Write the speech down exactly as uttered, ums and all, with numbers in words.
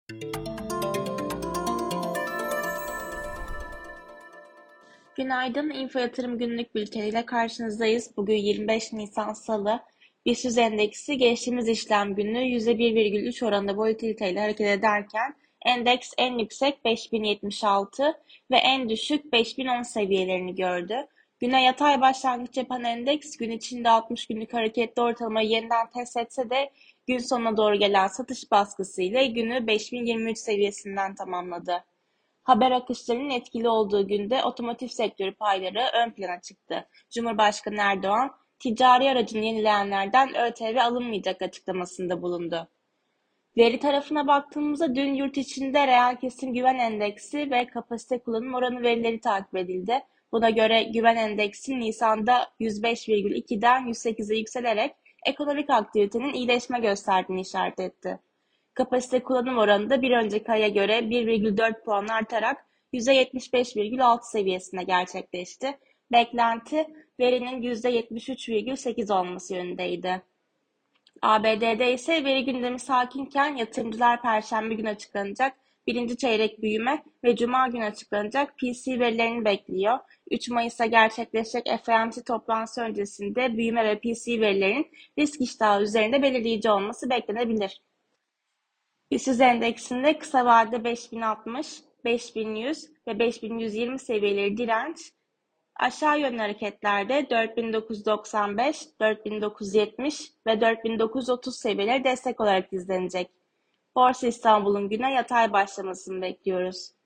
Günaydın, İnfo Yatırım Günlük Bülteni ile karşınızdayız. Bugün yirmi beş Nisan Salı. BIST endeksi geçtiğimiz işlem günü yüzde bir virgül üç oranında volatiliteyle hareket ederken endeks en yüksek beş bin yetmiş altı ve en düşük beş bin on seviyelerini gördü. Güne yatay başlangıç yapan endeks gün içinde altmış günlük hareketli ortalamayı yeniden test etse de gün sonuna doğru gelen satış baskısı ile günü beş bin yirmi üç seviyesinden tamamladı. Haber akışlarının etkili olduğu günde otomotiv sektörü payları ön plana çıktı. Cumhurbaşkanı Erdoğan, ticari aracını yenileyenlerden ÖTV alınmayacak açıklamasında bulundu. Veri tarafına baktığımızda dün yurt içinde reel kesim güven endeksi ve kapasite kullanım oranı verileri takip edildi. Buna göre güven endeksi Nisan'da yüz beş virgül ikiden yüz sekize yükselerek ekonomik aktivitenin iyileşme gösterdiğini işaret etti. Kapasite kullanım oranı da bir önceki aya göre bir virgül dört puan artarak yüzde yetmiş beş virgül altı seviyesinde gerçekleşti. Beklenti verinin yüzde yetmiş üç virgül sekiz olması yönündeydi. A B D'de ise veri gündemi sakinken yatırımcılar Perşembe günü açıklanacak birinci çeyrek büyüme ve Cuma günü açıklanacak P C E verilerini bekliyor. üç Mayıs'ta gerçekleşecek F O M C toplantısı öncesinde büyüme ve P C E verilerinin risk iştahı üzerinde belirleyici olması beklenebilir. BIST endeksinde kısa vadede beş bin altmış, beş bin yüz ve beş bin yüz yirmi seviyeleri direnç, aşağı yönlü hareketlerde dört bin dokuz yüz doksan beş, dört bin dokuz yüz yetmiş ve dört bin dokuz yüz otuz seviyeleri destek olarak izlenecek. Borsa İstanbul'un güne yatay başlamasını bekliyoruz.